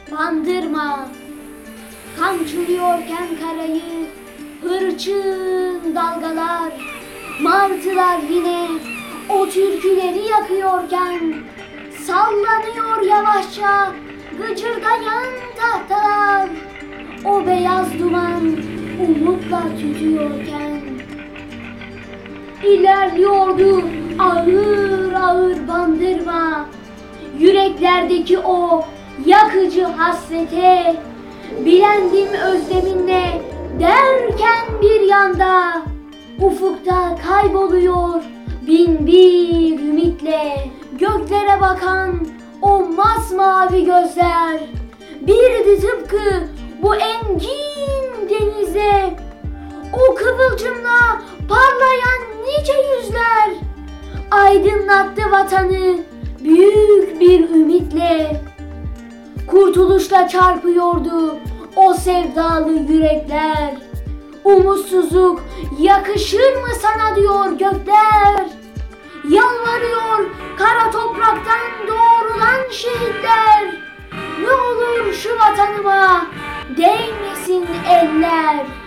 Bandırma kamçılıyorken karayı, hırçın dalgalar, martılar yine o türküleri yakıyorken, sallanıyor yavaşça gıcırdayan tahtalar, o beyaz duman umutla tütüyorken. İlerliyordu ağır ağır bandırma, yüreklerdeki o yakıcı hasrete, bilendim özleminle derken bir yanda, ufukta kayboluyor bin bir ümitle, göklere bakan o masmavi gözler, birdi tıpkı bu engin denize, o kıvılcımla parlayan nice yüzler, aydınlattı vatanı büyük bir ümitle. Kurtuluşla çarpıyordu o sevdalı yürekler. Umutsuzluk yakışır mı sana diyor gökler. Yalvarıyor kara topraktan doğrulan şehitler. Ne olur şu vatanıma değmesin eller.